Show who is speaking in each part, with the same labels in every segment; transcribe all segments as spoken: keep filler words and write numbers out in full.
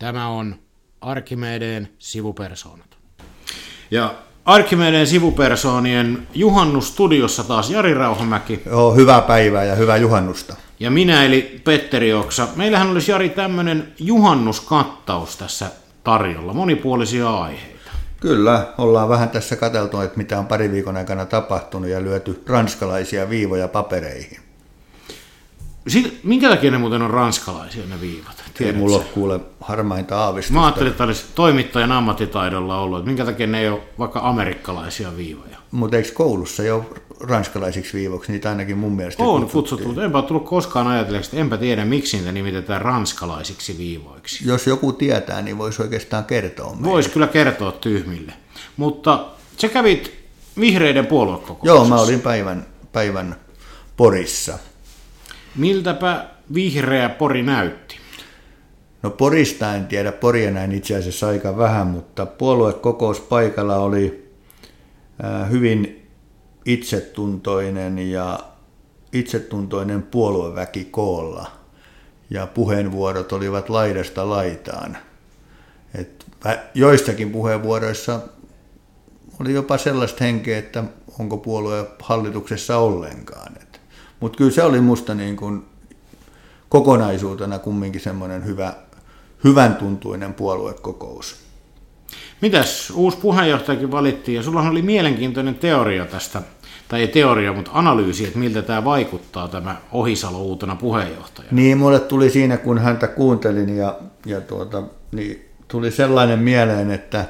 Speaker 1: Tämä on Arkimedeen sivupersoonat. Ja Arkimedeen sivupersoonien juhannusstudiossa taas Jari Rauhamäki.
Speaker 2: Joo, hyvää päivää ja hyvää juhannusta.
Speaker 1: Ja minä eli Petteri Oksa. Meillähän olisi, Jari, tämmöinen juhannuskattaus tässä tarjolla, monipuolisia aiheita.
Speaker 2: Kyllä, ollaan vähän tässä katseltu, että mitä on pari viikon aikana tapahtunut ja lyöty ranskalaisia viivoja papereihin.
Speaker 1: Sitten, minkä takia ne muuten on ranskalaisia ne viivat?
Speaker 2: Ei mulla ole kuule harmainta aavistusta.
Speaker 1: Mä ajattelin, että olisi toimittajan ammattitaidolla ollut, että minkä takia ne ei ole vaikka amerikkalaisia viivoja.
Speaker 2: Mutta eikö koulussa jo ranskalaisiksi viivoksi, niitä ainakin mun mielestä
Speaker 1: on kutsuttu, mutta enpä ole tullut koskaan ajatelleeksi, että enpä tiedä, miksi niitä nimitetään ranskalaisiksi viivoiksi.
Speaker 2: Jos joku tietää, niin voisi oikeastaan kertoa meille.
Speaker 1: Voisi kyllä kertoa tyhmille. Mutta sä kävit vihreiden puoluekokouksessa.
Speaker 2: Joo, mä olin päivän, päivän Porissa.
Speaker 1: Miltäpä vihreä Pori näytti?
Speaker 2: No Porista en tiedä, Poria näin itse asiassa aika vähän, mutta puoluekokouspaikalla oli hyvin itsetuntoinen ja itsetuntoinen puolueväki koolla. Ja puheenvuorot olivat laidasta laitaan. Et joissakin puheenvuoroissa oli jopa sellaista henkeä, että onko puolue hallituksessa ollenkaan. Mutta kyllä se oli musta niin kuin kokonaisuutena kumminkin semmoinen hyvä, hyvän tuntuinen puoluekokous. Mitäs,
Speaker 1: uusi puheenjohtajakin valittiin ja sulla oli mielenkiintoinen teoria tästä, tai ei teoria, mutta analyysi, että miltä tämä vaikuttaa tämä Ohisalo uutena puheenjohtajana.
Speaker 2: Niin, mulle tuli siinä, kun häntä kuuntelin ja, ja tuota, niin tuli sellainen mieleen, että,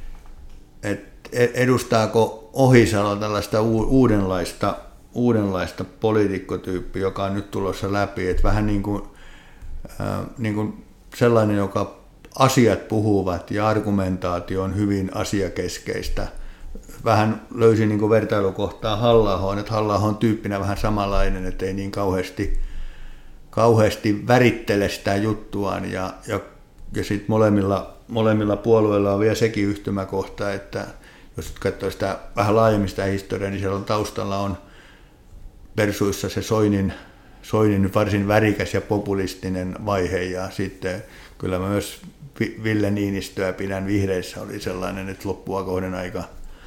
Speaker 2: että edustaako Ohisalo tällaista uudenlaista uudenlaista poliitikkotyyppiä, joka on nyt tulossa läpi, että vähän niin kuin, äh, niin kuin sellainen, joka asiat puhuvat ja argumentaatio on hyvin asiakeskeistä. Vähän löysin niin kuin vertailukohtaa Halla-ahoon, että Halla-aho on tyyppinä vähän samanlainen, että ei niin kauheasti, kauheasti värittele sitä juttuaan ja, ja, ja sitten molemmilla, molemmilla puolueilla on vielä sekin yhtymäkohta, että jos katsoo sitä vähän laajemmista historiaa, niin siellä on taustalla on Persuissa se Soinin, Soinin varsin värikäs ja populistinen vaihe, ja sitten kyllä mä myös Ville Niinistöä pidän vihreissä, oli sellainen, että loppua kohden aika,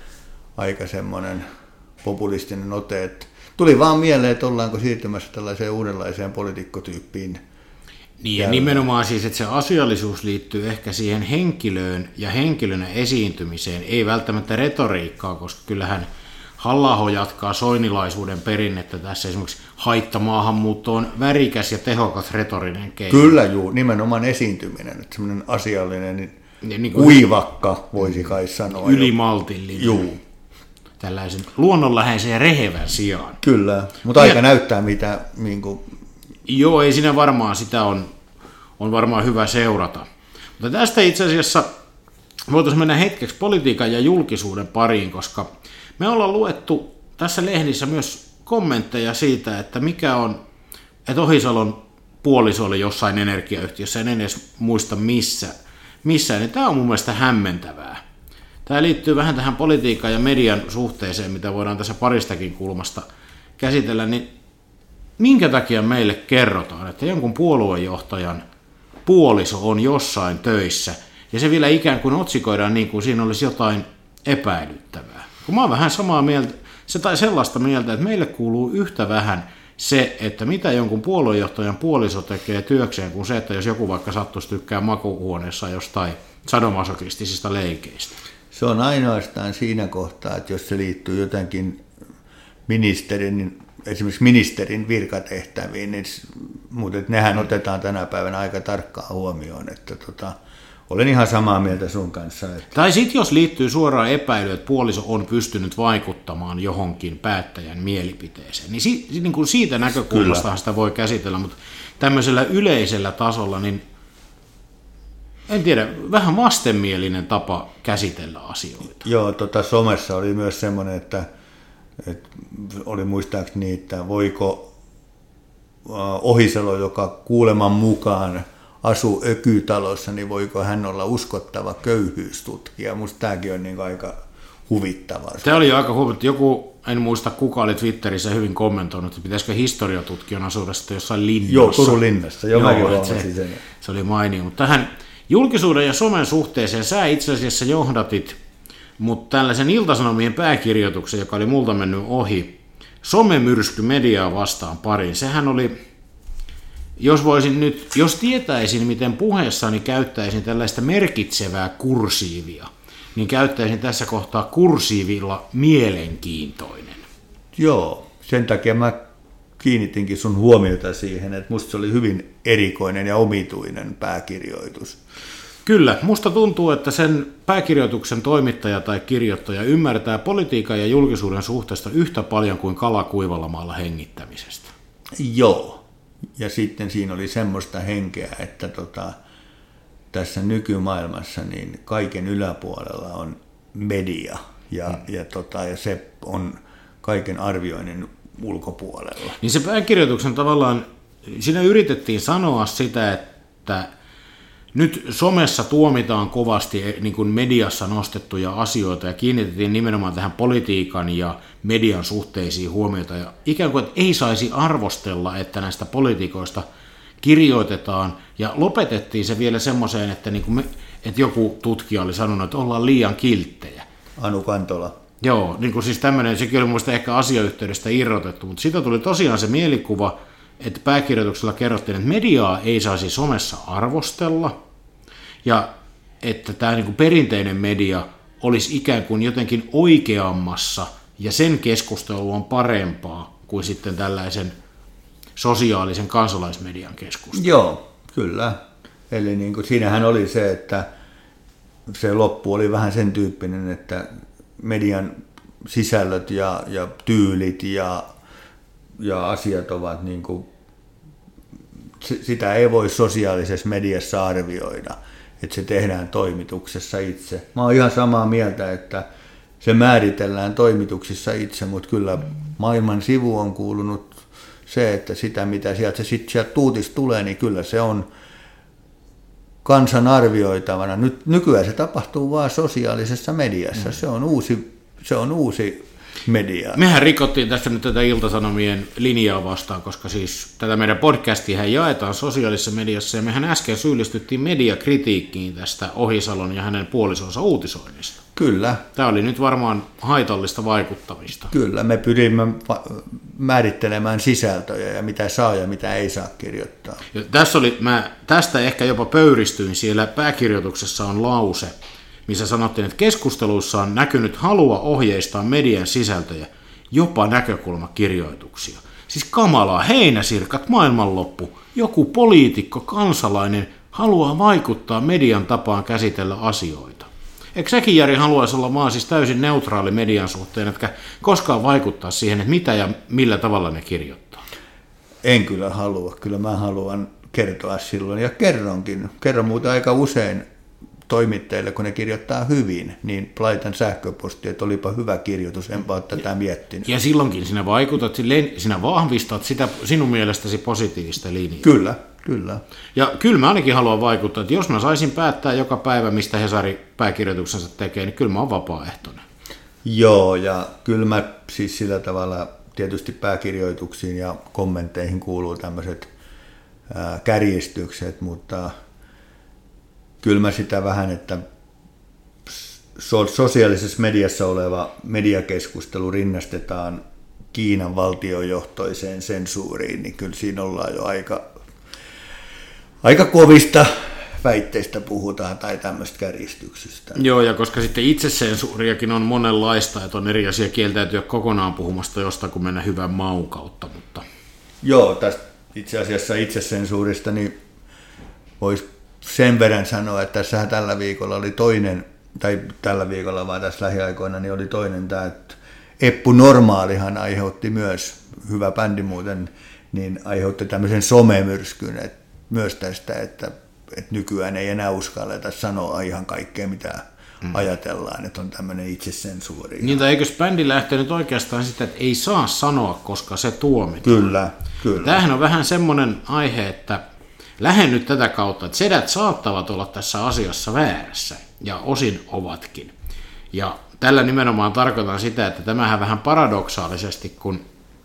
Speaker 2: aika semmoinen populistinen ote. Että tuli vaan mieleen, että ollaanko siirtymässä tällaiseen uudenlaiseen poliitikkotyyppiin.
Speaker 1: Niin ja nimenomaan siis, että se asiallisuus liittyy ehkä siihen henkilöön ja henkilönä esiintymiseen, ei välttämättä retoriikkaa, koska kyllähän Halla-aho jatkaa soinilaisuuden perinnettä tässä, esimerkiksi haittamaahanmuutto on värikäs ja tehokas retorinen keino.
Speaker 2: Kyllä juu, nimenomaan esiintyminen, että semmoinen asiallinen niin kuin uivakka voisi kai sanoa.
Speaker 1: Ylimaltillinen.
Speaker 2: Juu.
Speaker 1: Tällaisen luonnonläheisen ja rehevän sijaan.
Speaker 2: Kyllä, mutta aika ja, näyttää mitä. Niin kuin...
Speaker 1: Joo, ei siinä varmaan sitä on, on varmaan hyvä seurata. Mutta tästä itse asiassa voitaisiin mennä hetkeksi politiikan ja julkisuuden pariin, koska me ollaan luettu tässä lehdissä myös kommentteja siitä, että mikä on, että Ohisalon puoliso oli jossain energiayhtiössä, en edes muista missä, missä, niin tämä on mun mielestä hämmentävää. Tämä liittyy vähän tähän politiikan ja median suhteeseen, mitä voidaan tässä paristakin kulmasta käsitellä, niin minkä takia meille kerrotaan, että jonkun puoluejohtajan puoliso on jossain töissä, ja se vielä ikään kuin otsikoidaan niin kuin siinä olisi jotain epäilyttävää. Kun mä oon vähän samaa mieltä, se tai sellaista mieltä, että meille kuuluu yhtä vähän se, että mitä jonkun puoluejohtajan puoliso tekee työkseen, kuin se, että jos joku vaikka sattuisi tykkää makuuhuoneessa jostain sadomasokistisista leikeistä.
Speaker 2: Se on ainoastaan siinä kohtaa, että jos se liittyy jotenkin ministerin, esimerkiksi ministerin virkatehtäviin, niin mutta nehän otetaan tänä päivänä aika tarkkaan huomioon, että tota, olen ihan samaa mieltä sun kanssa. Että...
Speaker 1: Tai sitten jos liittyy suoraan epäilyyn, että puoliso on pystynyt vaikuttamaan johonkin päättäjän mielipiteeseen, niin, si- niin kuin siitä näkökulmasta sitä voi käsitellä, mutta tämmöisellä yleisellä tasolla, niin en tiedä, vähän vastenmielinen tapa käsitellä asioita.
Speaker 2: Joo, tota, somessa oli myös semmoinen, että, että oli muistaakseni, että voiko Ohisalo, joka kuuleman mukaan asuu ökytalossa, niin voiko hän olla uskottava köyhyystutkija. Musta tämäkin on niin aika huvittavaa.
Speaker 1: Tämä oli jo aika huvittavaa. Joku, en muista kuka oli Twitterissä hyvin kommentoinut, että pitäisikö historiatutkijan asuudesta jossain linnassa.
Speaker 2: Joo, Turun linnassa. Joo, Joo,
Speaker 1: se, se oli mainio. Mutta tähän Julkisuuden ja somen suhteeseen sä itse asiassa johdatit, mutta tällaisen Ilta-Sanomien pääkirjoituksen, joka oli multa mennyt ohi, somemyrsky mediaa vastaan pariin, sehän oli, jos voisin nyt, jos tietäisin, miten puheessani käyttäisin tällaista merkitsevää kursiivia, niin käyttäisin tässä kohtaa kursiivilla mielenkiintoinen.
Speaker 2: Joo, sen takia mä kiinnitinkin sun huomiota siihen, että musta se oli hyvin erikoinen ja omituinen pääkirjoitus.
Speaker 1: Kyllä, musta tuntuu, että sen pääkirjoituksen toimittaja tai kirjoittaja ymmärtää politiikan ja julkisuuden suhteesta yhtä paljon kuin kala kuivalla maalla hengittämisestä.
Speaker 2: Joo, ja sitten siinä oli semmoista henkeä, että tota, tässä nykymaailmassa niin kaiken yläpuolella on media, ja, hmm. ja, tota, ja se on kaiken arvioinnin ulkopuolella.
Speaker 1: Niin se pääkirjoituksen tavallaan, siinä yritettiin sanoa sitä, että nyt somessa tuomitaan kovasti niin kuin mediassa nostettuja asioita ja kiinnitettiin nimenomaan tähän politiikan ja median suhteisiin huomiota. Ja ikään kuin että ei saisi arvostella, että näistä politiikoista kirjoitetaan ja lopetettiin se vielä semmoiseen, että, niin kuin me, että joku tutkija oli sanonut, että ollaan liian kilttejä.
Speaker 2: Anu Kantola.
Speaker 1: Joo, niin kuin siis tämmöinen, sekin oli muista ehkä asiayhteydestä irrotettu, mutta siitä tuli tosiaan se mielikuva, että pääkirjoituksella kerrottiin, että mediaa ei saisi somessa arvostella, ja että tämä niin kuin perinteinen media olisi ikään kuin jotenkin oikeammassa, ja sen keskustelu on parempaa kuin sitten tällaisen sosiaalisen kansalaismedian keskustelu.
Speaker 2: Joo, kyllä. Eli niin kuin siinähän oli se, että se loppu oli vähän sen tyyppinen, että median sisällöt ja, ja tyylit ja, ja asiat ovat niin kuin, sitä ei voi sosiaalisessa mediassa arvioida, että se tehdään toimituksessa itse. Mä oon ihan samaa mieltä, että se määritellään toimituksissa itse, mutta kyllä maailman sivu on kuulunut se, että sitä mitä sieltä se sitten sieltä tuutista tulee, niin kyllä se on kansan arvioitavana. Nyt, nykyään se tapahtuu vaan sosiaalisessa mediassa. Mm. Se on uusi, se on uusi media.
Speaker 1: Mehän rikottiin tästä nyt tätä Ilta-Sanomien linjaa vastaan, koska siis tätä meidän podcastia jaetaan sosiaalisessa mediassa, ja mehän äsken syyllistyttiin mediakritiikkiin tästä Ohisalon ja hänen puolisonsa uutisoinnista.
Speaker 2: Kyllä.
Speaker 1: Tämä oli nyt varmaan haitallista vaikuttamista.
Speaker 2: Kyllä, me pyrimme määrittelemään sisältöjä ja mitä saa ja mitä ei saa kirjoittaa.
Speaker 1: Ja tässä oli, mä tästä ehkä jopa pöyristyin, siellä pääkirjoituksessa on lause, missä sanottiin, että keskusteluissa on näkynyt halua ohjeistaa median sisältöjä, jopa näkökulmakirjoituksia. Siis kamalaa, heinäsirkat, maailmanloppu, joku poliitikko, kansalainen haluaa vaikuttaa median tapaan käsitellä asioita. Eikö säkin, Jari, haluaisi olla vaan siis täysin neutraali median suhteen, etkä koskaan vaikuttaa siihen, että mitä ja millä tavalla ne kirjoittaa?
Speaker 2: En kyllä halua. Kyllä mä haluan kertoa silloin, ja kerronkin. Kerron muuten aika usein toimittajille, kun ne kirjoittaa hyvin, niin laitan sähköpostia, että olipa hyvä kirjoitus, enpä ole tätä miettinyt.
Speaker 1: Ja silloinkin sinä vaikutat, sinä vahvistat sitä sinun mielestäsi positiivista linjaa.
Speaker 2: Kyllä, kyllä.
Speaker 1: Ja kyllä mä ainakin haluan vaikuttaa, että jos mä saisin päättää joka päivä, mistä Hesari pääkirjoituksensa tekee, niin kyllä mä oon vapaaehtoinen.
Speaker 2: Joo, ja kyllä mä siis sillä tavalla tietysti pääkirjoituksiin ja kommentteihin kuuluu tämmöiset ää, kärjistykset, mutta kyllä mä sitä vähän, että sosiaalisessa mediassa oleva mediakeskustelu rinnastetaan Kiinan valtiojohtoiseen sensuuriin, niin kyllä siinä ollaan jo aika, aika kovista väitteistä puhutaan tai tämmöistä kärjistyksistä.
Speaker 1: Joo, ja koska sitten itsesensuuriakin on monenlaista, että on eri asia kieltäytyä kokonaan puhumasta jostain, kun mennä hyvän maun kautta. Mutta
Speaker 2: joo, tästä itse asiassa itsesensuurista niin voisi sen verran sanoa, että tässähän tällä viikolla oli toinen, tai tällä viikolla vaan tässä lähiaikoina, niin oli toinen tämä, että Eppu Normaalihan aiheutti myös, hyvä bändi muuten, niin aiheutti tämmöisen somemyrskyn, että myös tästä, että, että nykyään ei enää uskalleta sanoa ihan kaikkea, mitä mm. ajatellaan, että on tämmöinen itsesensuuri.
Speaker 1: Niin, tai eikös bändi lähtenyt oikeastaan sitä, että ei saa sanoa, koska se tuomitaan?
Speaker 2: Kyllä, kyllä.
Speaker 1: Tämähän on vähän semmoinen aihe, että lähden nyt tätä kautta, että sedät saattavat olla tässä asiassa väärässä, ja osin ovatkin. Ja tällä nimenomaan tarkoitan sitä, että tämähän vähän paradoksaalisesti, kun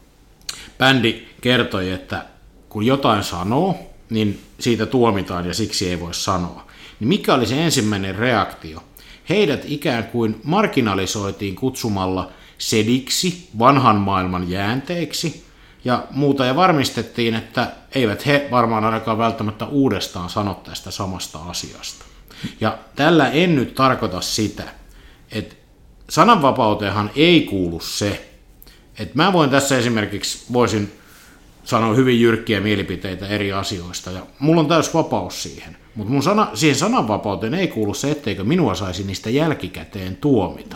Speaker 1: bändi kertoi, että kun jotain sanoo, niin siitä tuomitaan ja siksi ei voi sanoa. niin mikä oli se ensimmäinen reaktio? Heidät ikään kuin marginalisoitiin kutsumalla sediksi, vanhan maailman jäänteiksi ja muuta, ja varmistettiin, että eivät he varmaan ainakaan välttämättä uudestaan sano tästä samasta asiasta. Ja tällä en nyt tarkoita sitä, että sananvapauteenhan ei kuulu se, että mä voin tässä esimerkiksi, voisin sanoa hyvin jyrkkiä mielipiteitä eri asioista, ja mulla on täys vapaus siihen, mutta mun sana, siihen sananvapauteen ei kuulu se, etteikö minua saisi niistä jälkikäteen tuomita.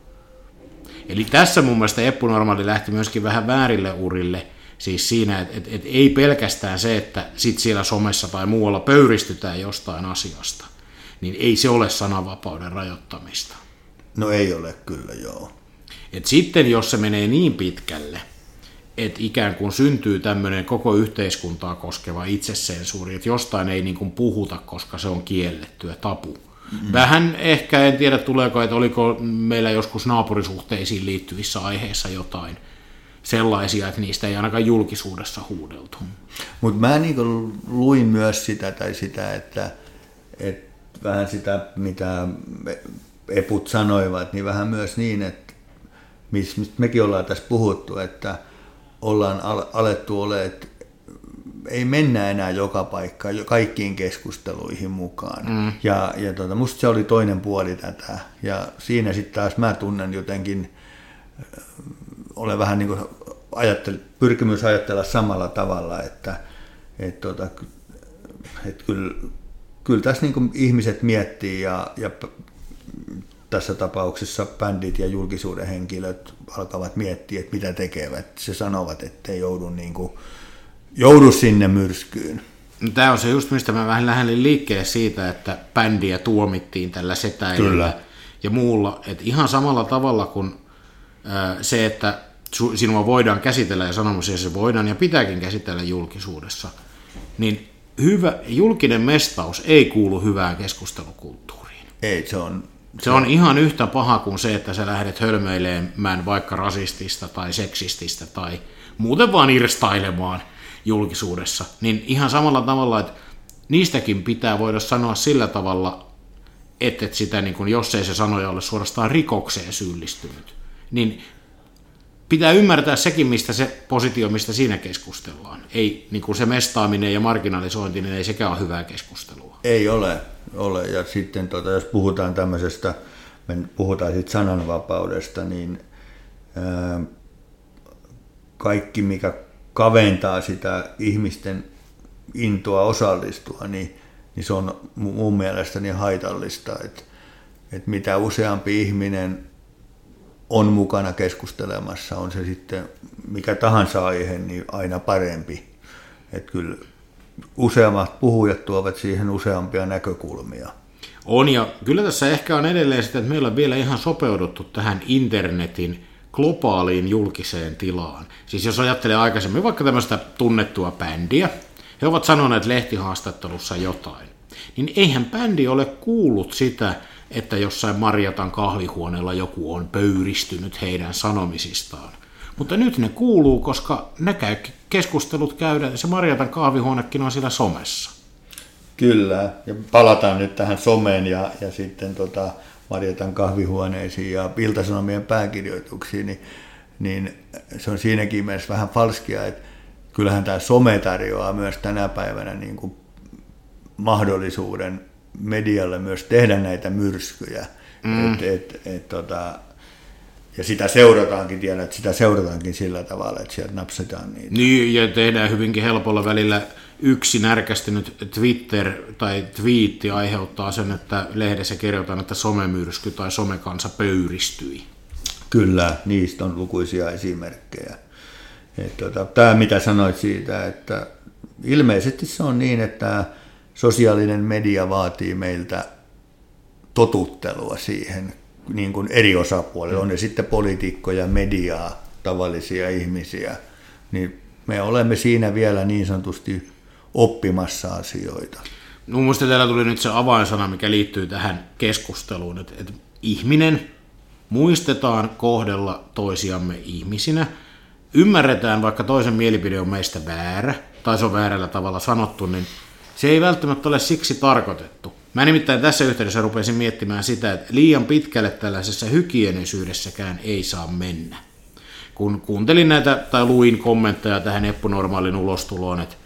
Speaker 1: Eli tässä mun mielestä Eppu Normaali lähti myöskin vähän väärille urille, siis siinä, että et, et ei pelkästään se, että sit siellä somessa tai muualla pöyristytään jostain asiasta, niin ei se ole sananvapauden rajoittamista.
Speaker 2: No ei ole kyllä, joo.
Speaker 1: Et sitten jos se menee niin pitkälle, että ikään kuin syntyy tämmöinen koko yhteiskuntaa koskeva itsesensuuri, että jostain ei niin kuin puhuta, koska se on kiellettyä tabu. Mm-hmm. Vähän ehkä, en tiedä tuleeko, että oliko meillä joskus naapurisuhteisiin liittyvissä aiheissa jotain sellaisia, että niistä ei ainakaan julkisuudessa huudeltu.
Speaker 2: Mutta mä niin kuin luin myös sitä, tai sitä, että, että vähän sitä, mitä eput sanoivat, niin vähän myös niin, että mistä mekin ollaan tässä puhuttu, että ollaan alettu olemaan, että ei mennä enää joka paikkaan, kaikkiin keskusteluihin mukaan. Mm. Ja, ja tota, musta se oli toinen puoli tätä. Ja siinä sitten taas mä tunnen jotenkin, olen vähän niin kuin ajattel, pyrkimys ajatella samalla tavalla, että et tota, et kyllä, kyllä tässä niin kuin ihmiset miettii ja, ja tässä tapauksessa bändit ja julkisuuden henkilöt alkavat miettiä, että mitä tekevät. Se sanovat, ettei joudu, niin kuin, joudu sinne myrskyyn.
Speaker 1: No, tämä on se just, mistä mä vähän lähdin liikkeelle siitä, että bändiä tuomittiin tällä setäilyllä ja muulla. Että ihan samalla tavalla kuin se, että sinua voidaan käsitellä ja sanomisia se voidaan ja pitääkin käsitellä julkisuudessa, niin hyvä, julkinen mestaus ei kuulu hyvään keskustelukulttuuriin.
Speaker 2: Ei, se on...
Speaker 1: Se on ihan yhtä paha kuin se, että sä lähdet hölmöilemään vaikka rasistista tai seksististä tai muuten vaan irstailemaan julkisuudessa. Niin ihan samalla tavalla, että niistäkin pitää voida sanoa sillä tavalla, että sitä, niin kun, jos ei se sanoja ole suorastaan rikokseen syyllistynyt, niin pitää ymmärtää sekin, mistä se positio, mistä siinä keskustellaan. Ei niin kuin se mestaaminen ja marginalisointi, niin ei sekään ole hyvää keskustelua.
Speaker 2: Ei ole. ole. Ja sitten tota, jos puhutaan tämmöisestä, me puhutaan sitten sananvapaudesta, niin ää, kaikki mikä kaventaa sitä ihmisten intoa osallistua, niin, niin se on mun mielestäni haitallista, että, että mitä useampi ihminen on mukana keskustelemassa, on se sitten mikä tahansa aihe, niin aina parempi. Että kyllä useammat puhujat tuovat siihen useampia näkökulmia.
Speaker 1: On, ja kyllä tässä ehkä on edelleen sitä, että meillä on vielä ihan sopeuduttu tähän internetin globaaliin julkiseen tilaan. Siis jos ajattelee aikaisemmin vaikka tämmöistä tunnettua bändiä, he ovat sanoneet lehtihaastattelussa jotain, niin eihän bändi ole kuullut sitä, että jossain Marjatan kahvihuoneella joku on pöyristynyt heidän sanomisistaan. Mutta nyt ne kuuluu, koska ne käy, keskustelut käydään, se Marjatan kahvihuonekin on siellä somessa.
Speaker 2: Kyllä, ja palataan nyt tähän someen ja, ja sitten tota Marjatan kahvihuoneisiin ja Ilta-Sanomien pääkirjoituksiin, niin, niin se on siinäkin mielessä vähän falskia, että kyllähän tämä some tarjoaa myös tänä päivänä niin kuin mahdollisuuden medialle myös tehdä näitä myrskyjä. Mm. Et, et, et, tota, ja sitä seurataankin, tiedän, että sitä seurataankin sillä tavalla, että sieltä napsetaan niitä.
Speaker 1: Niin, ja tehdään hyvinkin helpolla välillä yksi närkästynyt Twitter tai twiitti aiheuttaa sen, että lehdessä kirjoitetaan, että somemyrsky tai somekansa pöyristyi.
Speaker 2: Kyllä, niistä on lukuisia esimerkkejä. Et, tota, tämä mitä sanoit siitä, että ilmeisesti se on niin, että sosiaalinen media vaatii meiltä totuttelua siihen niin kuin eri osapuolilla, on ne sitten poliitikkoja, mediaa, tavallisia ihmisiä, niin me olemme siinä vielä niin sanotusti oppimassa asioita.
Speaker 1: No, minusta täällä tuli nyt se avainsana, mikä liittyy tähän keskusteluun, että, että ihminen, muistetaan kohdella toisiamme ihmisinä, ymmärretään, vaikka toisen mielipide on meistä väärä, tai se on väärällä tavalla sanottu, niin se ei välttämättä ole siksi tarkoitettu. Mä nimittäin tässä yhteydessä rupesin miettimään sitä, että liian pitkälle tällaisessa hygienisyydessäkään ei saa mennä. Kun kuuntelin näitä tai luin kommentteja tähän Eppu-normaalin ulostuloon, että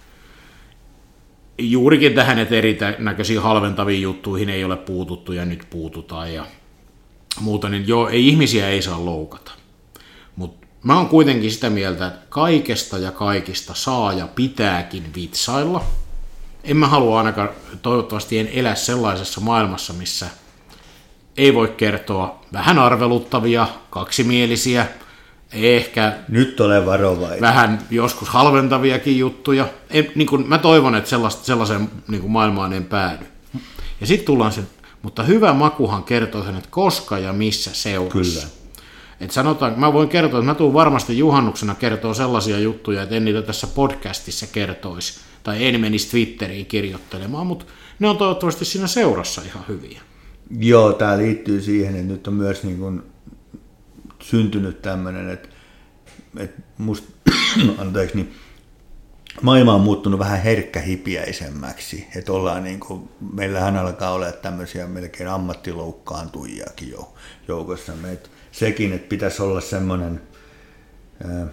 Speaker 1: juurikin tähän, että erinäköisiin halventaviin juttuihin ei ole puututtu ja nyt puututaan ja muuta, niin joo, ei, ihmisiä ei saa loukata. Mutta mä oon kuitenkin sitä mieltä, että kaikesta ja kaikista saa ja pitääkin vitsailla. En mä halua ainakaan, toivottavasti en elä sellaisessa maailmassa, missä ei voi kertoa vähän arveluttavia, kaksimielisiä, ehkä
Speaker 2: nyt olen varovainen.
Speaker 1: Vähän joskus halventaviakin juttuja. En, niin kun, mä toivon, että sellaiseen niin kun maailmaan en päädy. Ja sitten tullaan sen, mutta hyvä makuhan kertoo sen, että koska ja missä seurassa. Kyllä. Et sanotaan, mä voin kertoa, että mä tuun varmasti juhannuksena kertoa sellaisia juttuja, että en niitä tässä podcastissa kertoisi, tai en menisi Twitteriin kirjoittelemaan, mutta ne on toivottavasti siinä seurassa ihan hyviä.
Speaker 2: Joo, tämä liittyy siihen, että nyt on myös niin kuin syntynyt tämmöinen, että, että musta, anteeksi, niin maailma on muuttunut vähän herkkähipiäisemmäksi, että ollaan niin kuin, meillähän alkaa olla tämmöisiä melkein ammattiloukkaantujiakin joukossamme, että sekin, että pitäisi olla semmoinen äh,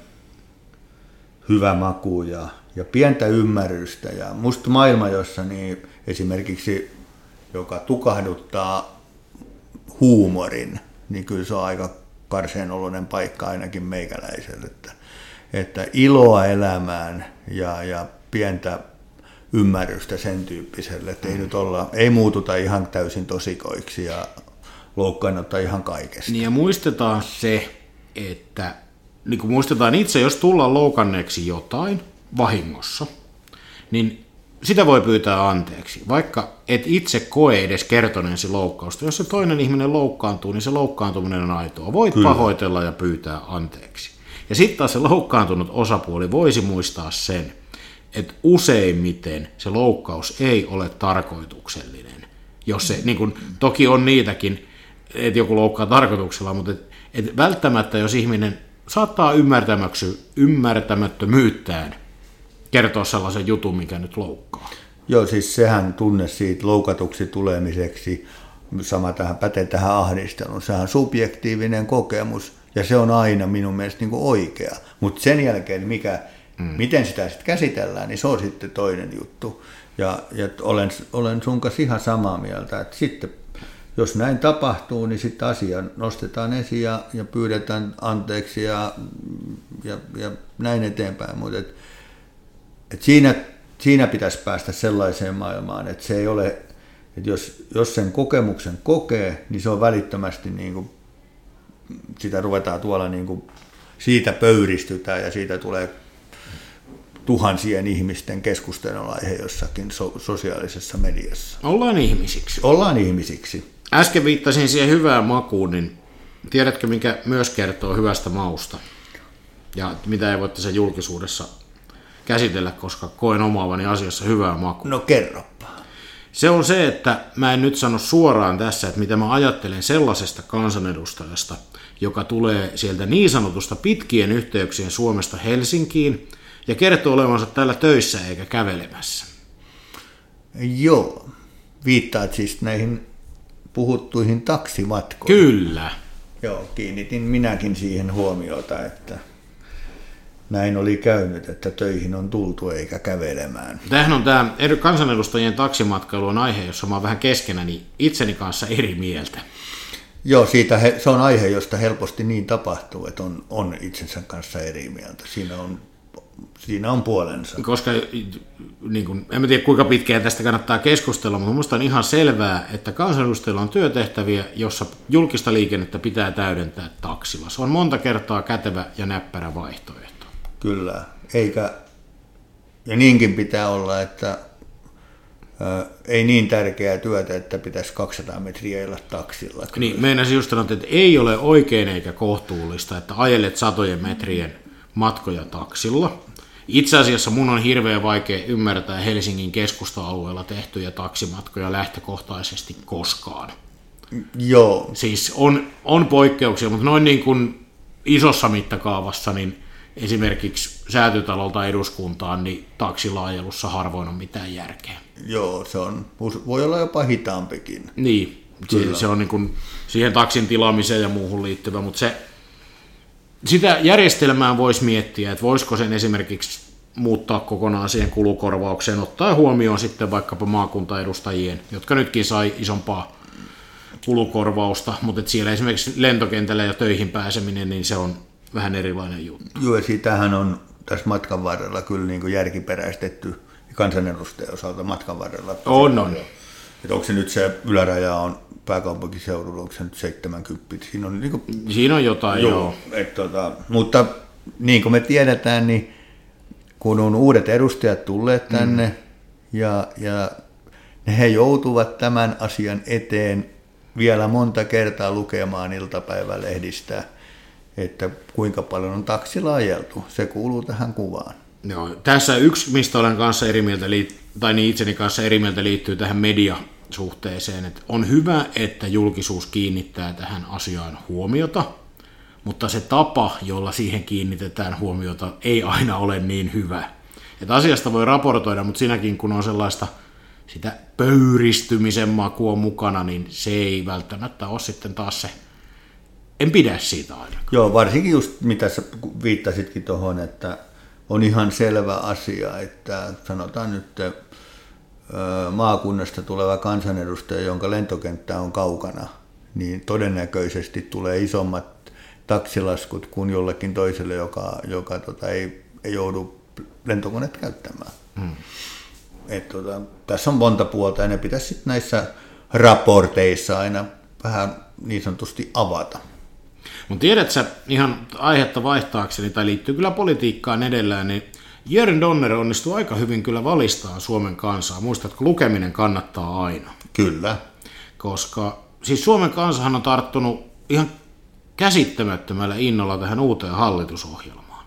Speaker 2: hyvä maku ja, ja pientä ymmärrystä ja musta maailma, jossa niin esimerkiksi joka tukahduttaa huumorin, niin kyllä se on aika karseenoloinen paikka ainakin meikäläiselle, että, että iloa elämään ja, ja pientä ymmärrystä sen tyyppiselle, että ei nyt olla, ei muututa ihan täysin tosikoiksi ja loukkaannutta ihan kaikesta.
Speaker 1: Niin ja muistetaan se, että niin kuin muistetaan itse, jos tullaan loukanneeksi jotain vahingossa, niin sitä voi pyytää anteeksi, vaikka et itse koe edes kertoneesi loukkausta. Jos se toinen ihminen loukkaantuu, niin se loukkaantuminen on aitoa. Voit Kyllä. pahoitella ja pyytää anteeksi. Ja sitten taas se loukkaantunut osapuoli voisi muistaa sen, että useimmiten se loukkaus ei ole tarkoituksellinen. Jos se, niin kun, toki on niitäkin, että joku loukkaa tarkoituksella, mutta et, et välttämättä jos ihminen saattaa ymmärtämättömyyttään kertoa sellaisen jutun, mikä nyt loukkaa.
Speaker 2: Joo, siis sehän tunne siitä loukatuksi tulemiseksi, sama tähän pätee tähän ahdisteluun, sehän on subjektiivinen kokemus, ja se on aina minun mielestä niin kuin oikea. Mutta sen jälkeen, mikä, mm. miten sitä sitten käsitellään, niin se on sitten toinen juttu. Ja, ja olen, olen sun kanssa ihan samaa mieltä, että sitten jos näin tapahtuu, niin sitten asia nostetaan esiin ja, ja pyydetään anteeksi ja, ja, ja näin eteenpäin. Mutta et, et siinä, siinä pitäisi päästä sellaiseen maailmaan, että se ei ole, että jos, jos sen kokemuksen kokee, niin se on välittömästi niin kuin, sitä ruvetaan tuolla niin kuin, siitä pöyristytään ja siitä tulee tuhansien ihmisten keskustelunaihe jossakin so, sosiaalisessa mediassa.
Speaker 1: Ollaan ihmisiksi.
Speaker 2: Ollaan ihmisiksi.
Speaker 1: Äsken viittasin siihen hyvään makuun, niin tiedätkö, mikä myös kertoo hyvästä mausta? Ja mitä ei voi tässä julkisuudessa käsitellä, koska koen omaavani asiassa hyvää makua.
Speaker 2: No kerropa.
Speaker 1: Se on se, että mä en nyt sano suoraan tässä, että mitä mä ajattelen sellaisesta kansanedustajasta, joka tulee sieltä niin sanotusta pitkien yhteyksien Suomesta Helsinkiin ja kertoo olevansa täällä töissä eikä kävelemässä.
Speaker 2: Joo, viittaat siis näihin puhuttuihin taksimatkoihin.
Speaker 1: Kyllä.
Speaker 2: Joo, kiinnitin minäkin siihen huomiota, että näin oli käynyt, että töihin on tultu eikä kävelemään.
Speaker 1: Tämähän on tämä kansanedustajien taksimatkailu on aihe, jossa mä oon vähän keskenäni itseni kanssa eri mieltä.
Speaker 2: Joo, siitä he, se on aihe, josta helposti niin tapahtuu, että on, on itsensä kanssa eri mieltä. Siinä on, siinä on puolensa.
Speaker 1: Koska niin kun, en tiedä kuinka pitkään tästä kannattaa keskustella, mutta minusta on ihan selvää, että kansanedustajilla on työtehtäviä, jossa julkista liikennettä pitää täydentää taksilla. Se on monta kertaa kätevä ja näppärä vaihtoehto.
Speaker 2: Kyllä, eikä, ja niinkin pitää olla, että ä, ei niin tärkeää työtä, että pitäisi kaksisataa metriä elää taksilla.
Speaker 1: Niin, meinasin just sanoa, että ei ole oikein eikä kohtuullista, että ajelet satojen metrien matkoja taksilla. Itse asiassa mun on hirveän vaikea ymmärtää Helsingin keskusta-alueella tehtyjä taksimatkoja lähtökohtaisesti koskaan.
Speaker 2: Joo.
Speaker 1: Siis on, on poikkeuksia, mutta noin niin kuin isossa mittakaavassa, niin esimerkiksi Säätytalolta eduskuntaan, niin taksilaajelussa harvoin on mitään järkeä.
Speaker 2: Joo, se on, voi olla jopa hitaampikin.
Speaker 1: Niin, se, se on niin kuin siihen taksin tilaamiseen ja muuhun liittyvä, mutta se, sitä järjestelmää voisi miettiä, että voisiko sen esimerkiksi muuttaa kokonaan siihen kulukorvaukseen, ottaa huomioon sitten vaikkapa maakuntaedustajien, jotka nytkin sai isompaa kulukorvausta, mutta siellä esimerkiksi lentokentällä ja töihin pääseminen, niin se on vähän erilainen juttu.
Speaker 2: Joo, ja sitähän on tässä matkan varrella kyllä niin kuin järkiperäistetty kansanedustajan osalta matkan varrella.
Speaker 1: On, on.
Speaker 2: Että onko se nyt se yläraja on pääkaupunkiseudulla, onko se nyt seitsemänkymmentä? Siinä on, niin kuin,
Speaker 1: Siinä on jotain, joo. joo.
Speaker 2: Et, tota, mutta niin kuin me tiedetään, niin kun on uudet edustajat tulleet tänne, mm. ja, ja he joutuvat tämän asian eteen vielä monta kertaa lukemaan iltapäivälehdistä, että kuinka paljon on taksilla ajeltu. Se kuuluu tähän kuvaan.
Speaker 1: Joo, tässä yksi, mistä olen kanssa eri mieltä, tai niin itseni kanssa eri mieltä liittyy tähän mediasuhteeseen. Että on hyvä, että julkisuus kiinnittää tähän asiaan huomiota, mutta se tapa, jolla siihen kiinnitetään huomiota, ei aina ole niin hyvä. Että asiasta voi raportoida, mutta siinäkin kun on sellaista sitä pöyristymisen makua mukana, niin se ei välttämättä ole sitten taas se, en pidä siitä ainakaan.
Speaker 2: Joo, varsinkin just mitä sä viittasitkin tuohon, että on ihan selvä asia, että sanotaan nyt maakunnasta tuleva kansanedustaja, jonka lentokenttä on kaukana, niin todennäköisesti tulee isommat taksilaskut kuin jollekin toiselle, joka, joka tota, ei, ei joudu lentokoneet käyttämään. Hmm. Et, tota, tässä on monta puolta ja ne pitäisi sit näissä raporteissa aina vähän niin sanotusti avata.
Speaker 1: Mutta tiedätkö, ihan aihetta vaihtaakseni, tai liittyy kyllä politiikkaan edellään, niin Jörn Donner onnistuu aika hyvin kyllä valistaa Suomen kansaa. Muistatko, lukeminen kannattaa aina?
Speaker 2: Kyllä.
Speaker 1: Koska siis Suomen kansahan on tarttunut ihan käsittämättömällä innolla tähän uuteen hallitusohjelmaan.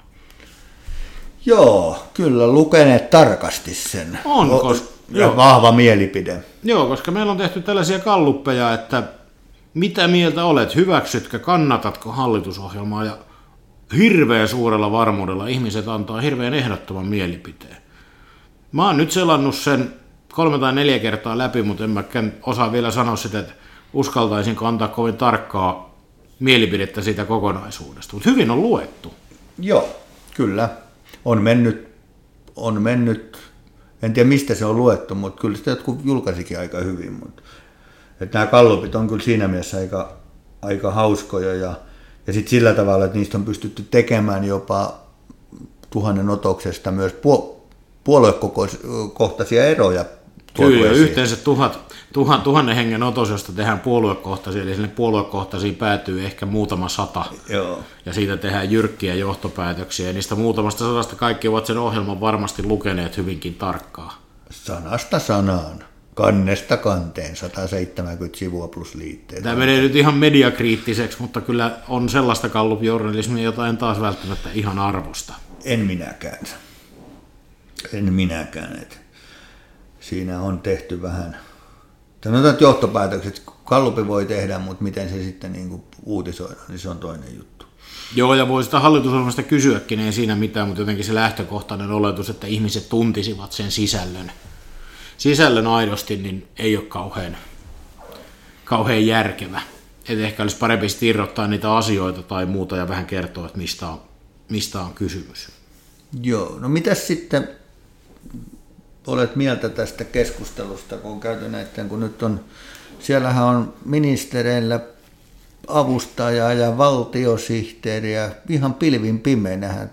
Speaker 2: Joo, kyllä lukeneet tarkasti sen.
Speaker 1: On, koska
Speaker 2: ja vahva mielipide.
Speaker 1: Joo, koska meillä on tehty tällaisia galluppeja, että mitä mieltä olet, hyväksytkö, kannatatko hallitusohjelmaa, ja hirveän suurella varmuudella ihmiset antaa hirveän ehdottoman mielipiteen. Mä oon nyt selannut sen kolme tai neljä kertaa läpi, mutta en mäkään osaa vielä sanoa sitä, että uskaltaisinko antaa kovin tarkkaa mielipidettä siitä kokonaisuudesta, mutta hyvin on luettu.
Speaker 2: Joo, kyllä. On mennyt, on mennyt, en tiedä mistä se on luettu, mutta kyllä sitä jotkut julkaisikin aika hyvin. Mutta, että nämä gallupit on kyllä siinä mielessä aika, aika hauskoja ja, ja sitten sillä tavalla, että niistä on pystytty tekemään jopa tuhannen otoksesta myös puoluekohtaisia eroja.
Speaker 1: Kyllä, yhteensä tuhat, tuhat, tuhannen hengen otos, josta tehdään puoluekohtaisia, eli sinne puoluekohtaisiin päätyy ehkä muutama sata.
Speaker 2: Joo.
Speaker 1: Ja siitä tehdään jyrkkiä johtopäätöksiä, ja niistä muutamasta sadasta kaikki ovat sen ohjelman varmasti lukeneet hyvinkin tarkkaan.
Speaker 2: Sanasta sanaan, kannesta kanteen, sata seitsemänkymmentä sivua plus liitteet.
Speaker 1: Tämä menee nyt ihan mediakriittiseksi, mutta kyllä on sellaista gallupjournalismia, jota en taas välttämättä ihan arvosta.
Speaker 2: En minäkään. En minäkään, että siinä on tehty vähän, sanotaan johtopäätökset, gallupi voi tehdä, mutta miten se sitten niin kuin uutisoidaan, niin se on toinen juttu.
Speaker 1: Joo, ja voi sitä hallitusohjelmasta kysyäkin, ei siinä mitään, mutta jotenkin se lähtökohtainen oletus, että ihmiset tuntisivat sen sisällön, sisällön aidosti, niin ei ole kauhean, kauhean järkevä. Että ehkä olisi parempi irrottaa niitä asioita tai muuta ja vähän kertoa, että mistä on, mistä on kysymys.
Speaker 2: Joo, no mitäs sitten olet mieltä tästä keskustelusta, kun on käyty näiden, kun nyt on, siellähän on ministereillä avustajaa ja valtiosihteeriä, ihan pilvin pimein nähdään,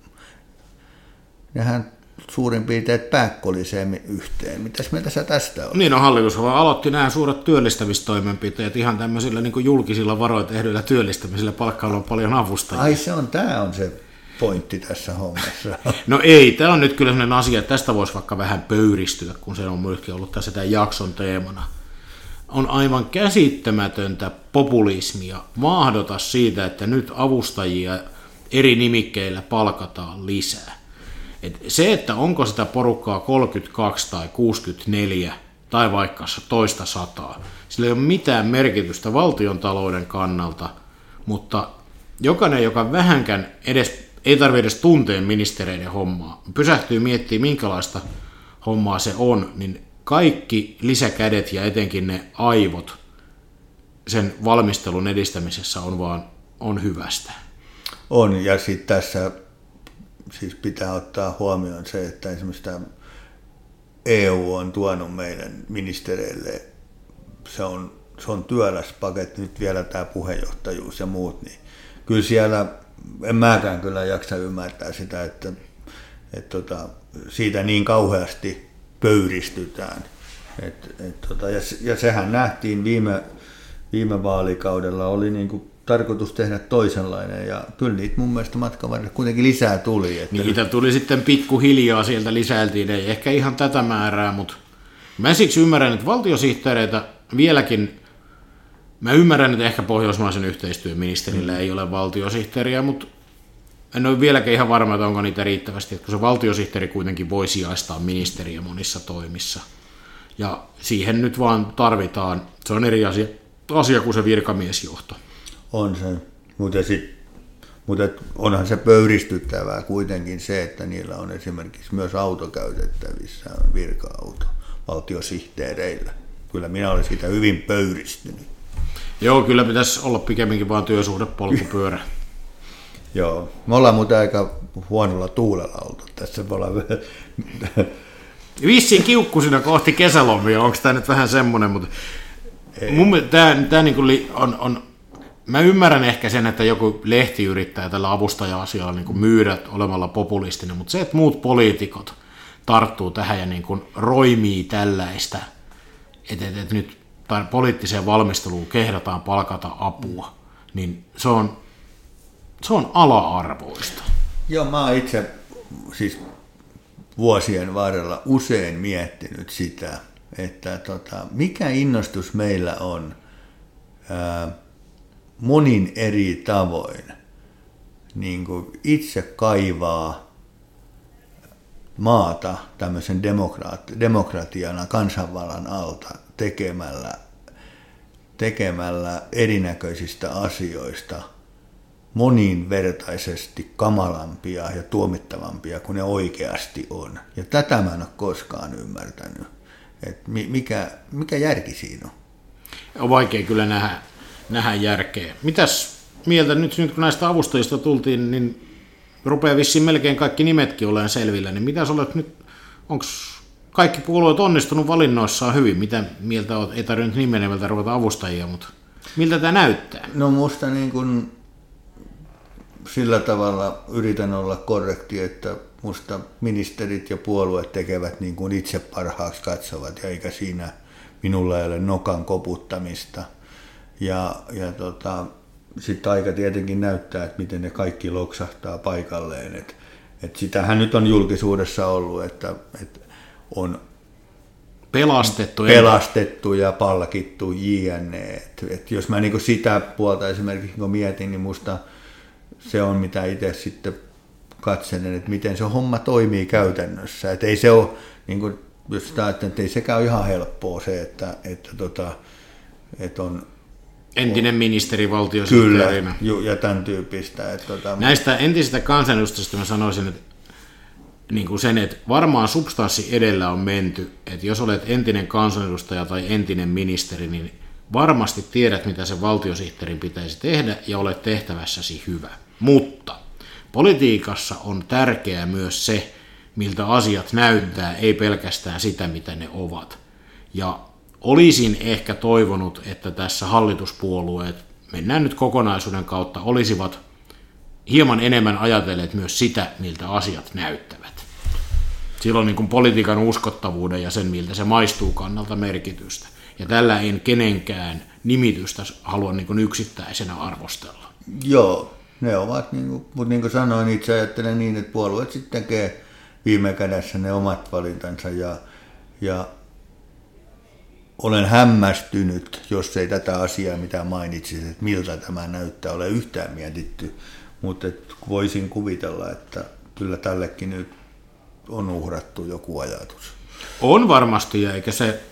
Speaker 2: nähdään suurin piirtein pääkkoliseen yhteen. Mitäs mieltä sä tästä on?
Speaker 1: Niin, no hallitus aloitti nämä suuret työllistämistoimenpiteet ihan tämmöisillä niin kuin julkisilla varoin tehdyillä työllistämisillä, palkkailla on paljon avustajia.
Speaker 2: Ai se on, tämä on se pointti tässä hommassa.
Speaker 1: No ei, tämä on nyt kyllä sellainen asia, että tästä voisi vaikka vähän pöyristyä, kun se on myöskin ollut tässä tämän jakson teemana. On aivan käsittämätöntä populismia mahdota siitä, että nyt avustajia eri nimikkeillä palkataan lisää. Et se, että onko sitä porukkaa kolmekymmentäkaksi tai kuusikymmentäneljä tai vaikka toista sataa, sillä ei ole mitään merkitystä valtiontalouden kannalta, mutta jokainen, joka vähänkään edes ei tarvitse edes tunteen ministereiden hommaa. Pysähtyy miettimään, minkälaista hommaa se on, niin kaikki lisäkädet ja etenkin ne aivot sen valmistelun edistämisessä on vaan on hyvästä.
Speaker 2: On, ja sitten tässä siis pitää ottaa huomioon se, että esimerkiksi tämä E U on tuonut meidän ministereille, se on, se on työläs paketti, nyt vielä tämä puheenjohtajuus ja muut, niin kyllä siellä, en mäkään kyllä jaksa ymmärtää sitä, että, että tota, siitä niin kauheasti pöyristytään. Et, et, tota, ja, ja sehän nähtiin viime, viime vaalikaudella, oli niin kuin tarkoitus tehdä toisenlainen, ja kyllä niitä mun mielestä matkan varrella kuitenkin lisää tuli. Että
Speaker 1: niitä tuli sitten pikkuhiljaa, sieltä lisäiltiin, ei ehkä ihan tätä määrää, mutta mä siksi ymmärrän, että valtiosihteereitä vieläkin, mä ymmärrän, että ehkä pohjoismaisen yhteistyöministerillä mm. ei ole valtiosihteeriä, mutta en ole vieläkään ihan varma, että onko niitä riittävästi, että kun se valtiosihteeri kuitenkin voi sijaistaa ministeriä monissa toimissa. Ja siihen nyt vaan tarvitaan, se on eri asia, asia kuin se virkamiesjohto.
Speaker 2: On se, mutta, sit, mutta onhan se pöyristyttävää kuitenkin se, että niillä on esimerkiksi myös auto käytettävissä, on virka-auto valtiosihteereillä. Kyllä minä olen siitä hyvin pöyristynyt.
Speaker 1: Joo, kyllä pitäisi olla pikemminkin vaan työsuhdepolkupyörä.
Speaker 2: Joo, me ollaan muuten aika huonolla tuulella oltu tässä.
Speaker 1: Vissiin kiukkusina kohti kesälomia, onko tämä nyt vähän semmoinen, mutta mun mielestä tämä, tämä niin kuin on, on, mä ymmärrän ehkä sen, että joku lehti yrittää tällä avustaja-asialla niin kuin myydä olemalla populistinen, mutta se, että muut poliitikot tarttuu tähän ja niin kuin roimii tällaista, että, että, että nyt tai poliittiseen valmisteluun kehdataan palkata apua, niin se on, se on ala-arvoista.
Speaker 2: Joo, mä oon itse siis vuosien varrella usein miettinyt sitä, että tota, mikä innostus meillä on ää, monin eri tavoin niin kuin itse kaivaa maata tämmöisen demokraat, demokratiana kansanvallan alta tekemällä, tekemällä erinäköisistä asioista moninvertaisesti kamalampia ja tuomittavampia kuin ne oikeasti on. Ja tätä mä en ole koskaan ymmärtänyt. Et mikä, mikä järki siinä on?
Speaker 1: On vaikea kyllä nähdä, nähdä järkeä. Mitäs mieltä nyt, nyt kun näistä avustajista tultiin, niin rupeaa vissiin melkein kaikki nimetkin olemaan selvillä, niin mitäs olet nyt, onko kaikki puolueet onnistunut valinnoissaan hyvin? Mitä mieltä olet? Ei tarvitse nimenevältä ruveta avustajia, mutta miltä tämä näyttää?
Speaker 2: No musta niin kuin sillä tavalla yritän olla korrekti, että musta ministerit ja puolueet tekevät niin kuin itse parhaaksi katsovat, ja eikä siinä minulla ei ole nokan koputtamista. Ja, ja tota, sitten aika tietenkin näyttää, että miten ne kaikki loksahtaa paikalleen. Et, et sitähän nyt on julkisuudessa ollut, että et on
Speaker 1: pelastettu,
Speaker 2: pelastettu ja palkittu jne. Et, et jos mä niinku sitä puolta esimerkiksi kun mietin, niin musta se on mitä itse sitten katselen, että miten se homma toimii käytännössä. Et ei se ole, niin kuin, jos sitä ajattelee, että ei sekään ole ihan helppoa se, että, että, tota, että on
Speaker 1: entinen ministeri valtiosihteerinä.
Speaker 2: Kyllä, ja tämän tyyppistä. Että, tota,
Speaker 1: näistä entisistä kansanedustajista mä sanoisin, että, niin kuin sen, että varmaan substanssi edellä on menty, että jos olet entinen kansanedustaja tai entinen ministeri, niin varmasti tiedät, mitä sen valtiosihteerin pitäisi tehdä ja olet tehtävässäsi hyvä. Mutta politiikassa on tärkeää myös se, miltä asiat näyttää, ei pelkästään sitä, mitä ne ovat. Ja olisin ehkä toivonut, että tässä hallituspuolueet, mennään nyt kokonaisuuden kautta, olisivat hieman enemmän ajatelleet myös sitä, miltä asiat näyttävät. Silloin niin kuin politiikan uskottavuuden ja sen, miltä se maistuu kannalta merkitystä. Ja tällä en kenenkään nimitystä halua niin kuin yksittäisenä arvostella.
Speaker 2: Joo, ne ovat, niin kuin, mutta niin kuin sanoin, itse ajattelen niin, että puolueet sitten tekee viime kädessä ne omat valintansa ja, ja olen hämmästynyt, jos ei tätä asiaa, mitä mainitsisit, että miltä tämä näyttää, ole yhtään mietitty, mutta voisin kuvitella, että kyllä tällekin nyt on uhrattu joku ajatus.
Speaker 1: On varmasti, eikä se.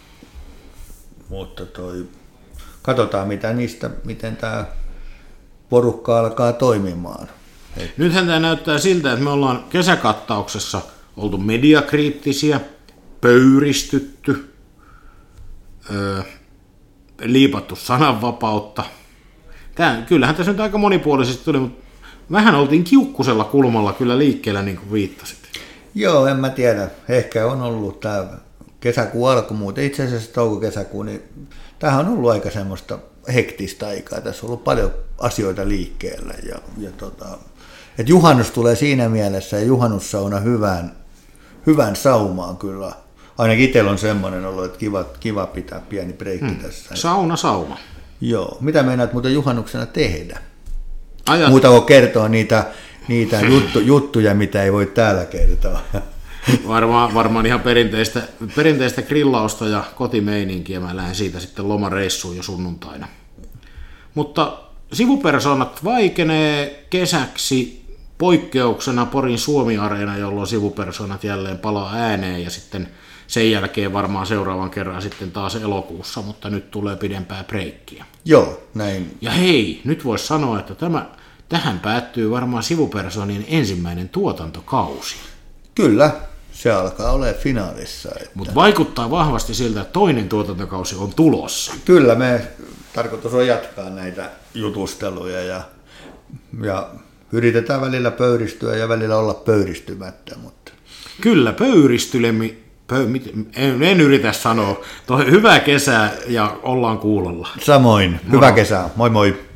Speaker 2: Mutta toi, katsotaan mitä niistä, miten tämä porukka alkaa toimimaan.
Speaker 1: Nythän tämä näyttää siltä, että me ollaan kesäkattauksessa oltu mediakriittisiä, pöyristytty, öö, liipattu sananvapautta. Tää, kyllähän tässä nyt aika monipuolisesti tuli, mutta vähän oltiin kiukkusella kulmalla kyllä liikkeellä, niin kuin viittasit.
Speaker 2: Joo, en mä tiedä. Ehkä on ollut tämä kesäkuun alku, mutta itse asiassa touko-kesäkuun, niin tämähän on ollut aika semmoista hektistä aikaa. Tässä on ollut paljon asioita liikkeellä. Ja, ja tota, et juhannus tulee siinä mielessä ja juhannussauna hyvään, hyvään saumaan kyllä. Ainakin itsellä on semmoinen ollut, että kiva, kiva pitää pieni breikki hmm. tässä.
Speaker 1: Sauna, sauma.
Speaker 2: Joo. Mitä meinaat muuten juhannuksena tehdä?
Speaker 1: Ajat...
Speaker 2: Muuta kuin kertoa niitä, niitä juttu, juttuja, mitä ei voi täällä kertoa.
Speaker 1: Varmaan, varmaan ihan perinteistä, perinteistä grillausta ja kotimeininkiä. Mä lähden siitä sitten lomareissuun jo sunnuntaina. Mutta sivupersonat vaikenee kesäksi poikkeuksena Porin Suomi-areena, jolloin sivupersonat jälleen palaa ääneen ja sitten sen jälkeen varmaan seuraavan kerran sitten taas elokuussa, mutta nyt tulee pidempää breikkiä.
Speaker 2: Joo, näin.
Speaker 1: Ja hei, nyt voisi sanoa, että tämä, tähän päättyy varmaan sivupersonien ensimmäinen tuotantokausi.
Speaker 2: Kyllä, se alkaa olemaan finaalissa. Että...
Speaker 1: Mutta vaikuttaa vahvasti siltä, että toinen tuotantokausi on tulossa.
Speaker 2: Kyllä, me tarkoitus on jatkaa näitä jutusteluja ja, ja yritetään välillä pöyristyä ja välillä olla pöyristymättä. Mutta...
Speaker 1: Kyllä, pöyristylemi, pö, en, en yritä sanoa. Toi, hyvää kesää ja ollaan kuulolla.
Speaker 2: Samoin,
Speaker 1: Moro.
Speaker 2: hyvää kesää, moi moi.